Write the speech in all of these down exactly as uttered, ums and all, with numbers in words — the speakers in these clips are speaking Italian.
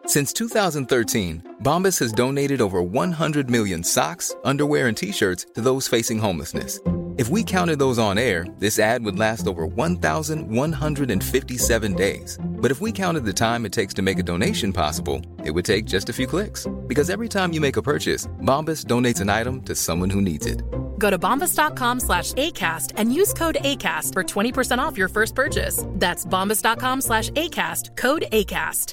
Since two thousand thirteen, Bombas has donated over one hundred million socks, underwear, and T-shirts to those facing homelessness. If we counted those on air, this ad would last over one thousand one hundred fifty-seven days. But if we counted the time it takes to make a donation possible, it would take just a few clicks. Because every time you make a purchase, Bombas donates an item to someone who needs it. Go to bombas.com slash ACAST and use code ACAST for twenty percent off your first purchase. That's bombas.com slash ACAST, code ACAST.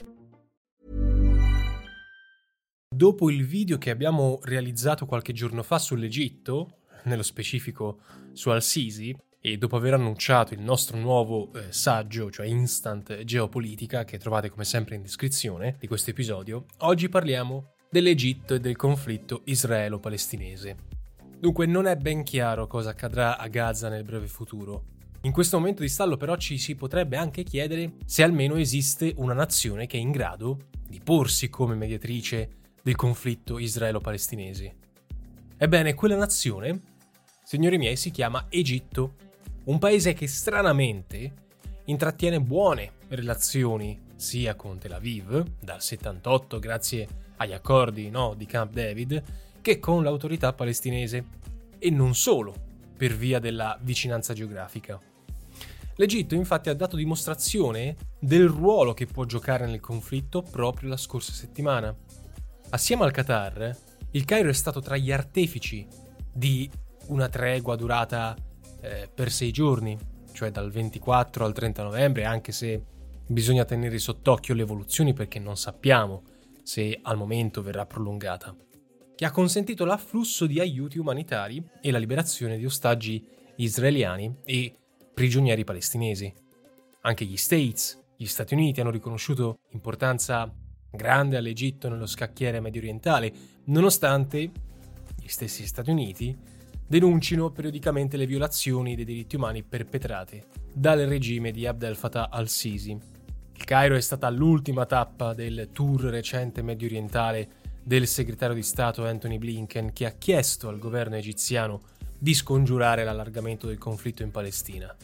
Dopo il video che abbiamo realizzato qualche giorno fa sull'Egitto, nello specifico su Al-Sisi, e dopo aver annunciato il nostro nuovo eh, saggio, cioè Instant Geopolitica, che trovate come sempre in descrizione di questo episodio, oggi parliamo dell'Egitto e del conflitto israelo-palestinese. Dunque non è ben chiaro cosa accadrà a Gaza nel breve futuro. In questo momento di stallo però ci si potrebbe anche chiedere se almeno esiste una nazione che è in grado di porsi come mediatrice del conflitto israelo-palestinese. Ebbene, quella nazione, signori miei, si chiama Egitto, un paese che stranamente intrattiene buone relazioni sia con Tel Aviv, dal settantotto grazie agli accordi no, di Camp David, che con l'autorità palestinese, e non solo per via della vicinanza geografica. L'Egitto infatti ha dato dimostrazione del ruolo che può giocare nel conflitto proprio la scorsa settimana. Assieme al Qatar, il Cairo è stato tra gli artefici di una tregua durata eh, per sei giorni, cioè dal ventiquattro al trenta novembre, anche se bisogna tenere sott'occhio le evoluzioni perché non sappiamo se al momento verrà prolungata, che ha consentito l'afflusso di aiuti umanitari e la liberazione di ostaggi israeliani e prigionieri palestinesi. Anche gli States, gli Stati Uniti, hanno riconosciuto importanza grande all'Egitto nello scacchiere mediorientale, nonostante gli stessi Stati Uniti denuncino periodicamente le violazioni dei diritti umani perpetrate dal regime di Abdel Fattah al-Sisi. Il Cairo è stata l'ultima tappa del tour recente mediorientale del segretario di Stato Anthony Blinken, che ha chiesto al governo egiziano di scongiurare l'allargamento del conflitto in Palestina.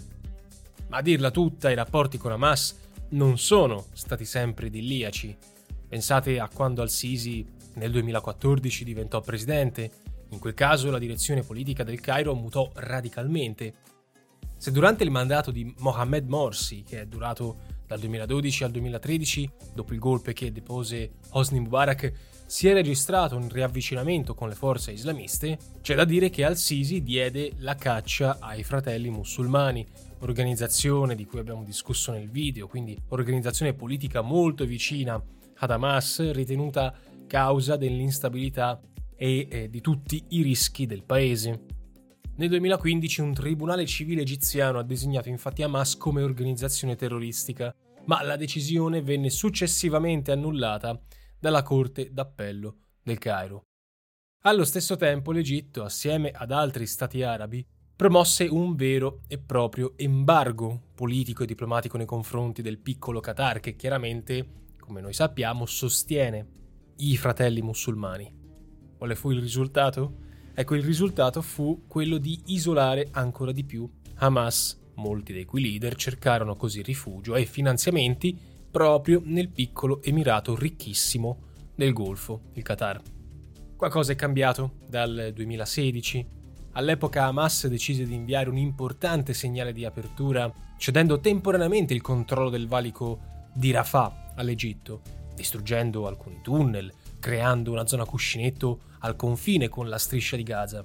Ma a dirla tutta, i rapporti con Hamas non sono stati sempre idilliaci. Pensate a quando al-Sisi nel duemilaquattordici diventò presidente. In quel caso la direzione politica del Cairo mutò radicalmente. Se durante il mandato di Mohammed Morsi, che è durato dal duemiladodici al duemilatredici, dopo il golpe che depose Hosni Mubarak, si è registrato un riavvicinamento con le forze islamiste, c'è da dire che al-Sisi diede la caccia ai Fratelli Musulmani, organizzazione di cui abbiamo discusso nel video, quindi organizzazione politica molto vicina ad Hamas, ritenuta causa dell'instabilità e eh, di tutti i rischi del paese. Nel duemilaquindici un tribunale civile egiziano ha designato infatti Hamas come organizzazione terroristica, ma la decisione venne successivamente annullata dalla Corte d'Appello del Cairo. Allo stesso tempo l'Egitto, assieme ad altri stati arabi, promosse un vero e proprio embargo politico e diplomatico nei confronti del piccolo Qatar, che chiaramente, come noi sappiamo, sostiene i Fratelli Musulmani. Quale fu il risultato? Ecco, il risultato fu quello di isolare ancora di più Hamas. Molti dei cui leader cercarono così rifugio e finanziamenti proprio nel piccolo emirato ricchissimo del Golfo, il Qatar. Qualcosa è cambiato dal duemilasedici. All'epoca Hamas decise di inviare un importante segnale di apertura, cedendo temporaneamente il controllo del valico di Rafah all'Egitto, distruggendo alcuni tunnel, creando una zona cuscinetto al confine con la striscia di Gaza.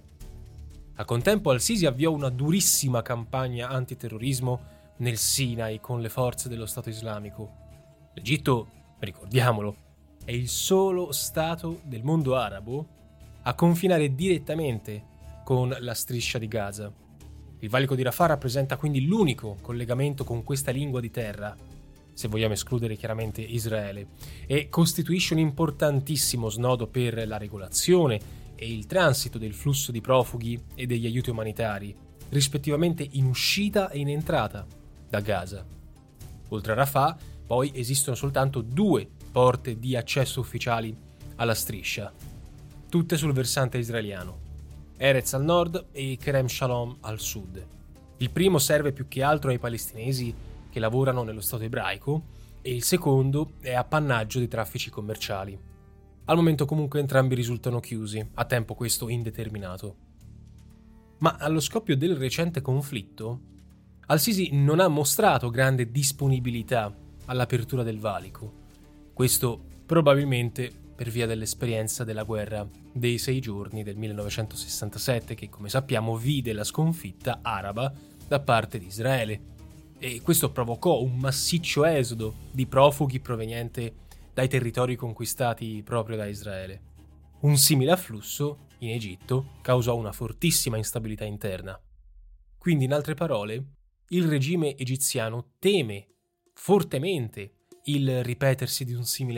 Al contempo al-Sisi avviò una durissima campagna antiterrorismo nel Sinai con le forze dello Stato islamico. L'Egitto, ricordiamolo, è il solo stato del mondo arabo a confinare direttamente con la striscia di Gaza. Il valico di Rafah rappresenta quindi l'unico collegamento con questa lingua di terra, se vogliamo escludere chiaramente Israele, e costituisce un importantissimo snodo per la regolazione e il transito del flusso di profughi e degli aiuti umanitari, rispettivamente in uscita e in entrata da Gaza. Oltre a Rafah, poi esistono soltanto due porte di accesso ufficiali alla striscia, tutte sul versante israeliano, Erez al nord e Kerem Shalom al sud. Il primo serve più che altro ai palestinesi che lavorano nello Stato ebraico e il secondo è appannaggio dei traffici commerciali. Al momento comunque entrambi risultano chiusi, a tempo questo indeterminato. Ma allo scoppio del recente conflitto, Al-Sisi non ha mostrato grande disponibilità all'apertura del valico. Questo probabilmente per via dell'esperienza della guerra dei sei giorni del millenovecentosessantasette, che come sappiamo vide la sconfitta araba da parte di Israele. E questo provocò un massiccio esodo di profughi proveniente dai territori conquistati proprio da Israele. Un simile afflusso, in Egitto, causò una fortissima instabilità interna. Quindi, in altre parole, il regime egiziano teme fortemente il ripetersi di un simile.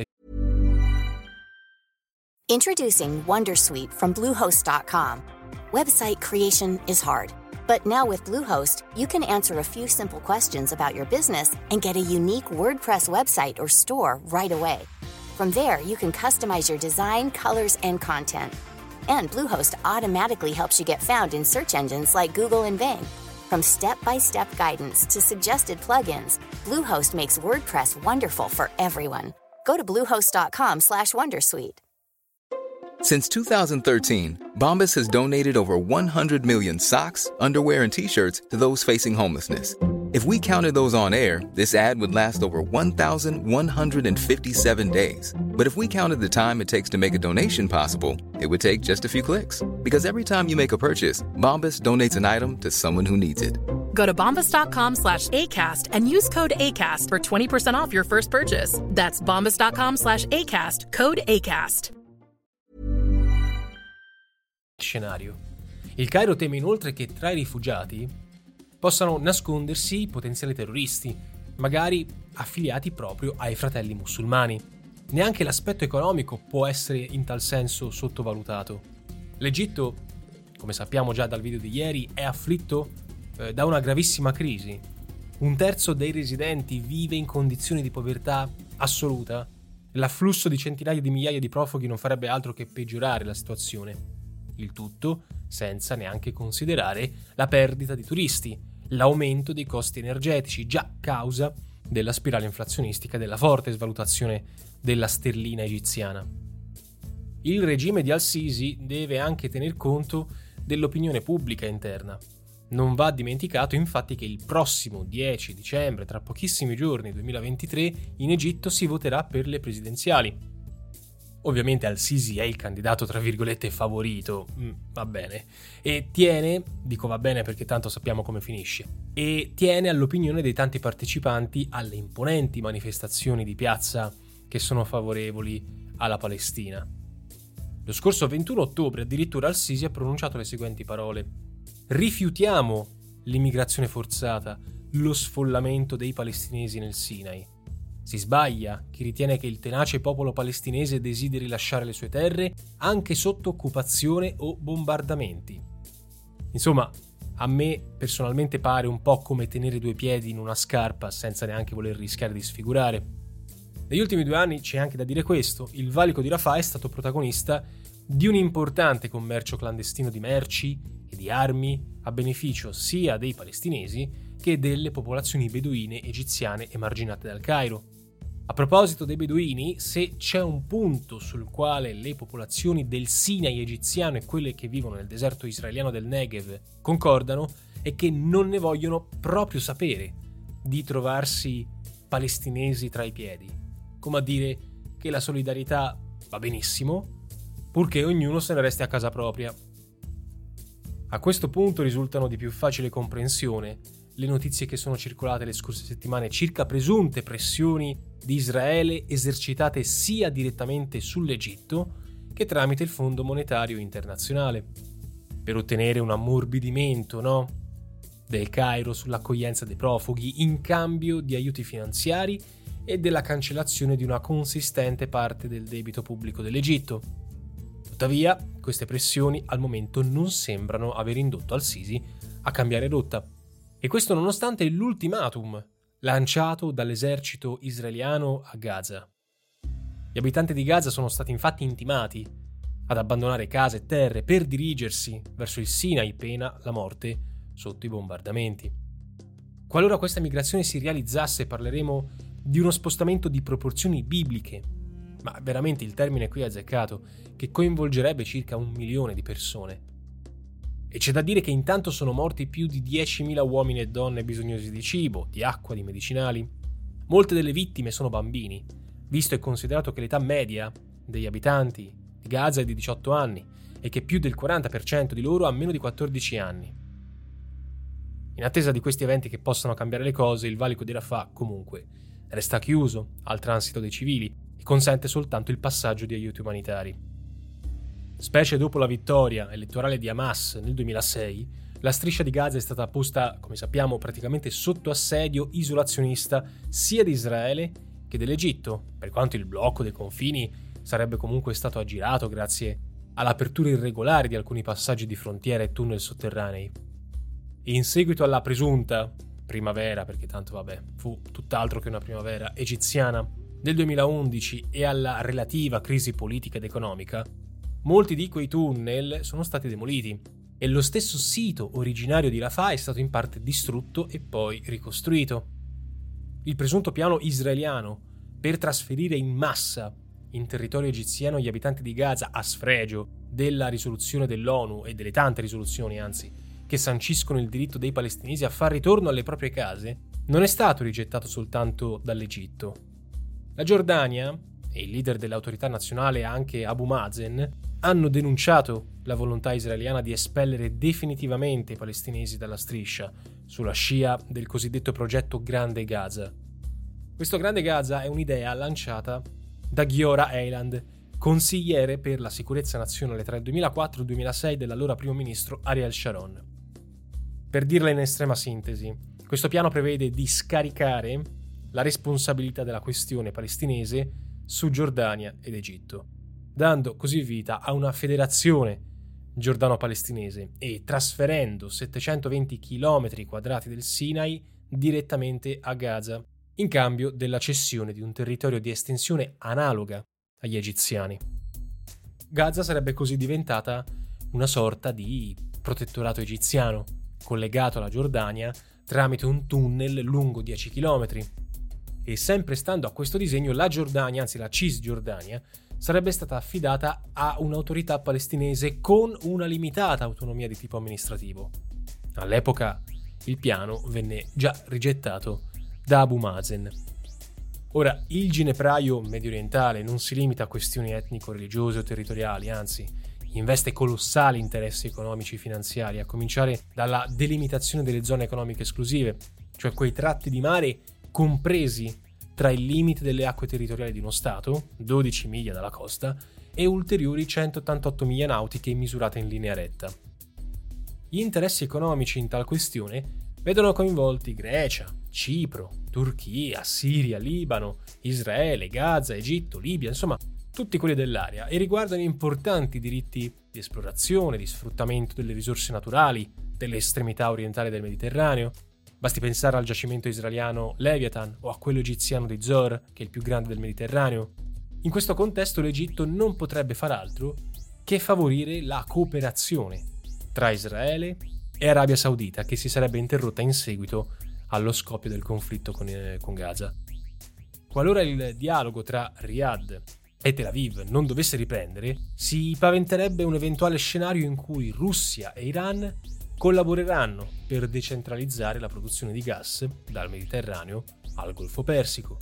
Introducing Wondersuite from Bluehost dot com. Website creation is hard, but now with Bluehost, you can answer a few simple questions about your business and get a unique WordPress website or store right away. From there, you can customize your design, colors, and content. And Bluehost automatically helps you get found in search engines like Google and Bing. From step-by-step guidance to suggested plugins, Bluehost makes WordPress wonderful for everyone. Go to bluehost dot com slash wondersuite. Since two thousand thirteen, Bombas has donated over one hundred million socks, underwear, and T-shirts to those facing homelessness. If we counted those on air, this ad would last over one thousand one hundred fifty-seven days. But if we counted the time it takes to make a donation possible, it would take just a few clicks. Because every time you make a purchase, Bombas donates an item to someone who needs it. Go to bombas dot com slash ACAST and use code ACAST for twenty percent off your first purchase. That's bombas dot com slash ACAST, code ACAST. Scenario. Il Cairo teme inoltre che tra i rifugiati possano nascondersi potenziali terroristi, magari affiliati proprio ai fratelli musulmani. Neanche l'aspetto economico può essere in tal senso sottovalutato. L'Egitto, come sappiamo già dal video di ieri, è afflitto eh, da una gravissima crisi. Un terzo dei residenti vive in condizioni di povertà assoluta. L'afflusso di centinaia di migliaia di profughi non farebbe altro che peggiorare la situazione. Il tutto senza neanche considerare la perdita di turisti, l'aumento dei costi energetici, già causa della spirale inflazionistica e della forte svalutazione della sterlina egiziana. Il regime di Al-Sisi deve anche tener conto dell'opinione pubblica interna. Non va dimenticato infatti che il prossimo dieci dicembre, tra pochissimi giorni, duemilaventitré, in Egitto si voterà per le presidenziali. Ovviamente Al-Sisi è il candidato tra virgolette favorito, mm, va bene, e tiene, dico va bene perché tanto sappiamo come finisce, e tiene all'opinione dei tanti partecipanti alle imponenti manifestazioni di piazza che sono favorevoli alla Palestina. Lo scorso ventuno ottobre addirittura Al-Sisi ha pronunciato le seguenti parole: rifiutiamo l'immigrazione forzata, lo sfollamento dei palestinesi nel Sinai. Si sbaglia chi ritiene che il tenace popolo palestinese desideri lasciare le sue terre anche sotto occupazione o bombardamenti. Insomma, a me personalmente pare un po' come tenere due piedi in una scarpa senza neanche voler rischiare di sfigurare. Negli ultimi due anni c'è anche da dire questo: il valico di Rafah è stato protagonista di un importante commercio clandestino di merci e di armi a beneficio sia dei palestinesi che delle popolazioni beduine egiziane emarginate dal Cairo. A proposito dei beduini, se c'è un punto sul quale le popolazioni del Sinai egiziano e quelle che vivono nel deserto israeliano del Negev concordano, è che non ne vogliono proprio sapere di trovarsi palestinesi tra i piedi. Come a dire che la solidarietà va benissimo, purché ognuno se ne resti a casa propria. A questo punto risultano di più facile comprensione le notizie che sono circolate le scorse settimane circa presunte pressioni di Israele esercitate sia direttamente sull'Egitto che tramite il Fondo Monetario Internazionale, per ottenere un ammorbidimento, no? del Cairo sull'accoglienza dei profughi in cambio di aiuti finanziari e della cancellazione di una consistente parte del debito pubblico dell'Egitto. Tuttavia, queste pressioni al momento non sembrano aver indotto Al-Sisi a cambiare rotta. E questo nonostante l'ultimatum lanciato dall'esercito israeliano a Gaza. Gli abitanti di Gaza sono stati infatti intimati ad abbandonare case e terre per dirigersi verso il Sinai, pena la morte sotto i bombardamenti. Qualora questa migrazione si realizzasse, parleremo di uno spostamento di proporzioni bibliche, ma veramente il termine qui è azzeccato, che coinvolgerebbe circa un milione di persone. E c'è da dire che intanto sono morti più di diecimila uomini e donne bisognosi di cibo, di acqua, di medicinali. Molte delle vittime sono bambini, visto e considerato che l'età media degli abitanti di Gaza è di diciotto anni e che più del quaranta per cento di loro ha meno di quattordici anni. In attesa di questi eventi che possano cambiare le cose, il valico di Rafah comunque resta chiuso al transito dei civili e consente soltanto il passaggio di aiuti umanitari. Specie dopo la vittoria elettorale di Hamas nel duemilasei, la striscia di Gaza è stata posta, come sappiamo, praticamente sotto assedio isolazionista sia di Israele che dell'Egitto, per quanto il blocco dei confini sarebbe comunque stato aggirato grazie all'apertura irregolare di alcuni passaggi di frontiera e tunnel sotterranei. E in seguito alla presunta primavera, perché tanto vabbè, fu tutt'altro che una primavera egiziana, del duemilaundici e alla relativa crisi politica ed economica, molti di quei tunnel sono stati demoliti e lo stesso sito originario di Rafah è stato in parte distrutto e poi ricostruito. Il presunto piano israeliano per trasferire in massa in territorio egiziano gli abitanti di Gaza a sfregio della risoluzione dell'ONU e delle tante risoluzioni, anzi, che sanciscono il diritto dei palestinesi a far ritorno alle proprie case, non è stato rigettato soltanto dall'Egitto. La Giordania e il leader dell'autorità nazionale, anche Abu Mazen, hanno denunciato la volontà israeliana di espellere definitivamente i palestinesi dalla striscia, sulla scia del cosiddetto progetto Grande Gaza. Questo Grande Gaza è un'idea lanciata da Giora Eiland, consigliere per la sicurezza nazionale tra il duemilaquattro e il duemilasei dell'allora primo ministro Ariel Sharon. Per dirla in estrema sintesi, questo piano prevede di scaricare la responsabilità della questione palestinese su Giordania ed Egitto, dando così vita a una federazione giordano-palestinese e trasferendo settecentoventi chilometri quadrati del Sinai direttamente a Gaza, in cambio della cessione di un territorio di estensione analoga agli egiziani. Gaza sarebbe così diventata una sorta di protettorato egiziano, collegato alla Giordania tramite un tunnel lungo dieci chilometri. E sempre stando a questo disegno, la Giordania, anzi la Cisgiordania, sarebbe stata affidata a un'autorità palestinese con una limitata autonomia di tipo amministrativo. All'epoca il piano venne già rigettato da Abu Mazen. Ora, il ginepraio mediorientale non si limita a questioni etnico-religiose o territoriali, anzi, investe colossali interessi economici e finanziari, a cominciare dalla delimitazione delle zone economiche esclusive, cioè quei tratti di mare compresi tra il limite delle acque territoriali di uno Stato, dodici miglia dalla costa, e ulteriori centottantotto miglia nautiche misurate in linea retta. Gli interessi economici in tal questione vedono coinvolti Grecia, Cipro, Turchia, Siria, Libano, Israele, Gaza, Egitto, Libia, insomma tutti quelli dell'area, e riguardano importanti diritti di esplorazione, di sfruttamento delle risorse naturali, delle estremità orientali del Mediterraneo. Basti pensare al giacimento israeliano Leviathan o a quello egiziano di Zohr, che è il più grande del Mediterraneo. In questo contesto l'Egitto non potrebbe far altro che favorire la cooperazione tra Israele e Arabia Saudita, che si sarebbe interrotta in seguito allo scoppio del conflitto con, eh, con Gaza. Qualora il dialogo tra Riyadh e Tel Aviv non dovesse riprendere, si paventerebbe un eventuale scenario in cui Russia e Iran collaboreranno per decentralizzare la produzione di gas dal Mediterraneo al Golfo Persico.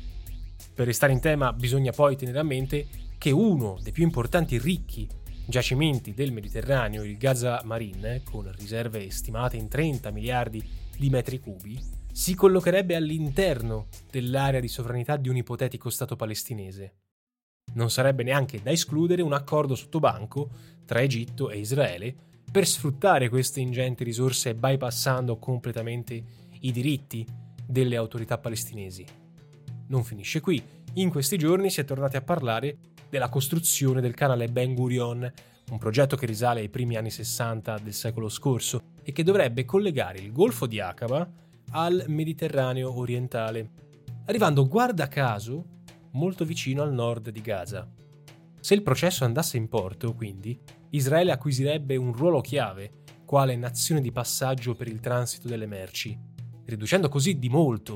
Per restare in tema, bisogna poi tenere a mente che uno dei più importanti e ricchi giacimenti del Mediterraneo, il Gaza Marine, con riserve stimate in trenta miliardi di metri cubi, si collocherebbe all'interno dell'area di sovranità di un ipotetico Stato palestinese. Non sarebbe neanche da escludere un accordo sottobanco tra Egitto e Israele per sfruttare queste ingenti risorse bypassando completamente i diritti delle autorità palestinesi. Non finisce qui. In questi giorni si è tornati a parlare della costruzione del canale Ben Gurion, un progetto che risale ai primi anni sessanta del secolo scorso e che dovrebbe collegare il Golfo di Aqaba al Mediterraneo orientale, arrivando guarda caso molto vicino al nord di Gaza. Se il processo andasse in porto, quindi, Israele acquisirebbe un ruolo chiave quale nazione di passaggio per il transito delle merci, riducendo così di molto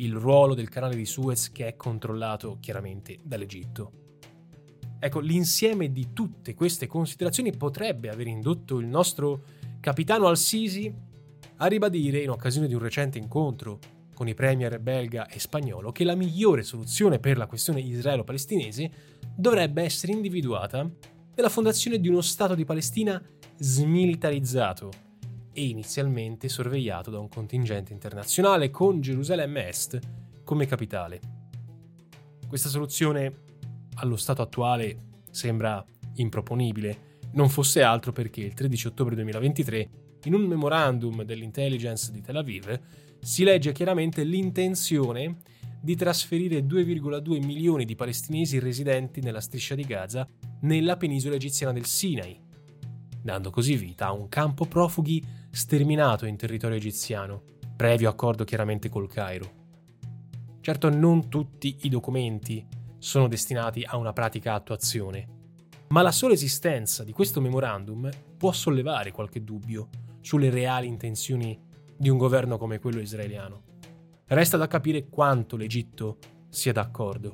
il ruolo del canale di Suez, che è controllato chiaramente dall'Egitto. Ecco, l'insieme di tutte queste considerazioni potrebbe aver indotto il nostro capitano al-Sisi a ribadire, in occasione di un recente incontro con i premier belga e spagnolo, che la migliore soluzione per la questione israelo-palestinese dovrebbe essere individuata nella fondazione di uno Stato di Palestina smilitarizzato e inizialmente sorvegliato da un contingente internazionale, con Gerusalemme Est come capitale. Questa soluzione allo stato attuale sembra improponibile, non fosse altro perché il tredici ottobre duemilaventitré, in un memorandum dell'intelligence di Tel Aviv, si legge chiaramente l'intenzione di trasferire due virgola due milioni di palestinesi residenti nella striscia di Gaza nella penisola egiziana del Sinai, dando così vita a un campo profughi sterminato in territorio egiziano, previo accordo chiaramente col Cairo. Certo, non tutti i documenti sono destinati a una pratica attuazione, ma la sola esistenza di questo memorandum può sollevare qualche dubbio sulle reali intenzioni di un governo come quello israeliano. Resta da capire quanto l'Egitto sia d'accordo.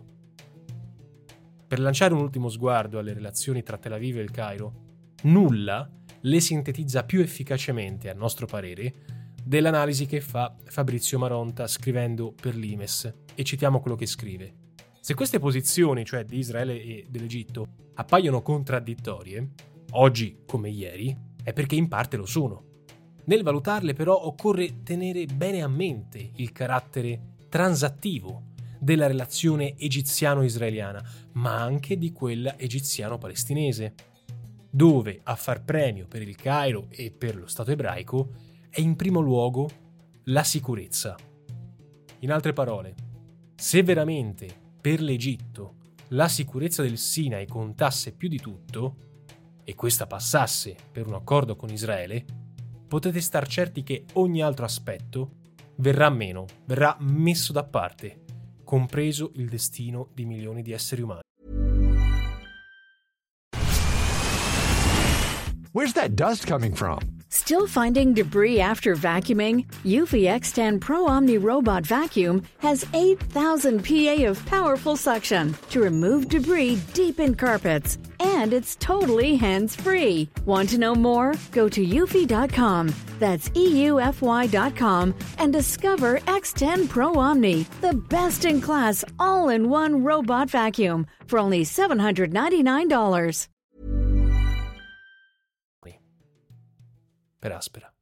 Per lanciare un ultimo sguardo alle relazioni tra Tel Aviv e il Cairo, nulla le sintetizza più efficacemente, a nostro parere, dell'analisi che fa Fabrizio Maronta scrivendo per l'Imes, e citiamo quello che scrive. Se queste posizioni, cioè di Israele e dell'Egitto, appaiono contraddittorie, oggi come ieri, è perché in parte lo sono. Nel valutarle però occorre tenere bene a mente il carattere transattivo della relazione egiziano-israeliana, ma anche di quella egiziano-palestinese, dove a far premio per il Cairo e per lo Stato ebraico è in primo luogo la sicurezza. In altre parole, se veramente per l'Egitto la sicurezza del Sinai contasse più di tutto, e questa passasse per un accordo con Israele, potete star certi che ogni altro aspetto verrà meno, verrà messo da parte, compreso il destino di milioni di esseri umani. Where's that dust coming from? Still finding debris after vacuuming? Eufy X ten Pro Omni Robot Vacuum has eight thousand P A of powerful suction to remove debris deep in carpets. And it's totally hands-free. Want to know more? Go to eufy dot com. That's E U F Y dot com and discover X ten Pro Omni, the best-in-class all-in-one robot vacuum for only seven hundred ninety-nine dollars. Per Aspera.